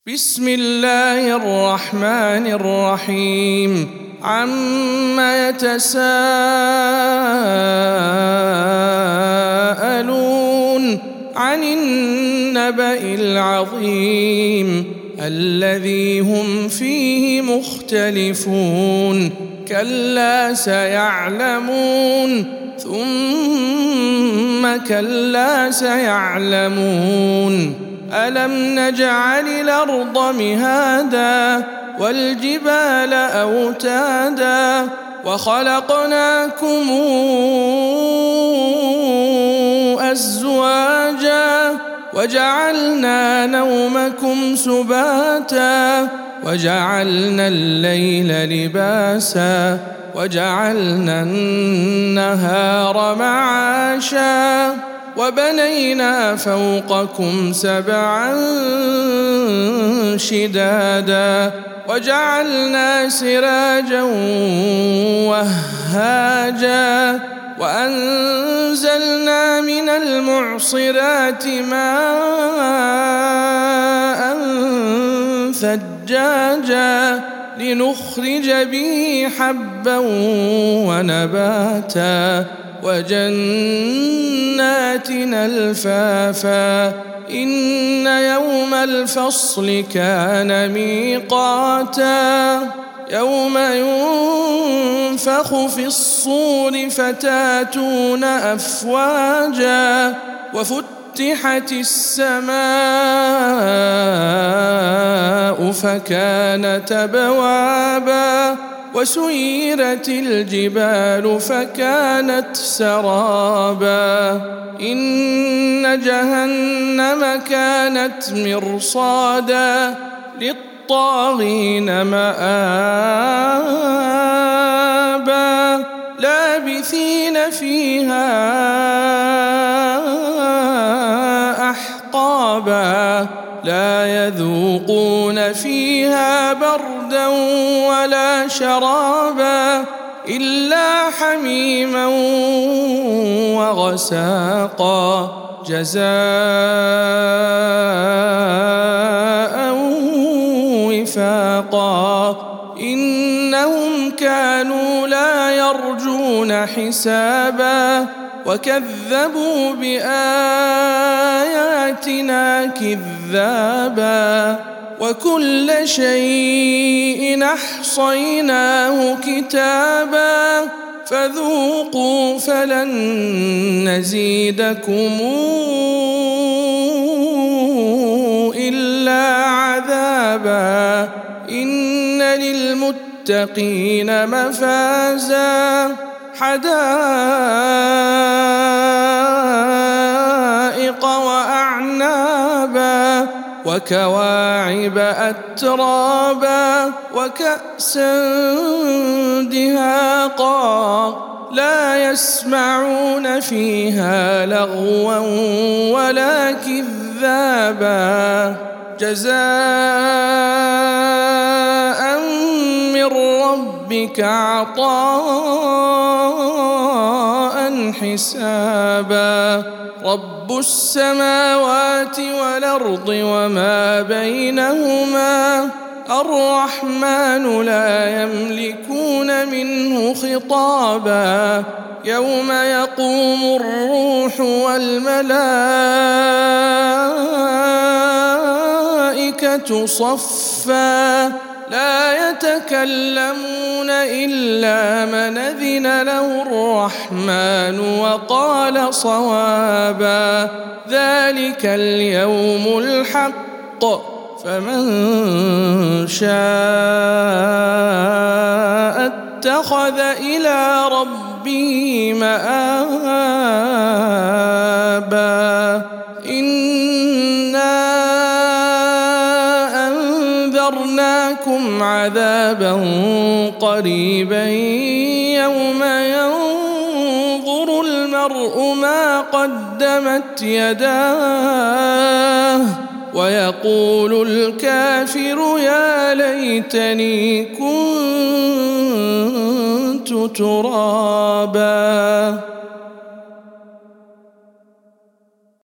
بسم الله الرحمن الرحيم عما يتساءلون عن النبأ العظيم الذي هم فيه مختلفون كلا سيعلمون ثم كلا سيعلمون ألم نجعل الأرض مهادا والجبال أوتادا وخلقناكم أزواجا وجعلنا نومكم سباتا وجعلنا الليل لباسا وجعلنا النهار معاشا وبنينا فوقكم سبعا شدادا وجعلنا سراجا وهاجا وأنزلنا من المعصرات ماء ثجاجا لنخرج به حبا ونباتا وجنات ألفافا إن يوم الفصل كان ميقاتا يوم ينفخ في الصور فتاتون أفواجا وفتحت السماء فكانت أبوابا وسيرت الجبال فكانت سرابا إن جهنم كانت مرصادا للطاغين مآبا لابثين فيها أحقابا لا يذوقون فيها بردا ولا شرابا إلا حميما وغساقا جزاء وفاقا إنهم كانوا لا يرجون حسابا وكذبوا بآياتنا كذابا وكل شيء أحصيناه كتابا فذوقوا فلن نزيدكم إلا عذابا إن للمتقين مفازا حدائق وأعنابا وكواعب أترابا وكأسا دهاقا لا يسمعون فيها لغوا ولا كذابا جزاء من ربك عطاء حسابا رب السماوات والأرض وما بينهما الرحمن لا يملكون منه خطابا يوم يقوم الروح والملائكة صفا لا يتكلمون إلا من أذن له الرحمن وقال صوابا ذلك اليوم الحق فمن شاء اتخذ إلى ربه مآبا إنا أنذرناكم عذابا قريبا يوم ينظر المرء ما قدمت يداه ويقول الكافر يا ليتني كنت ترابا.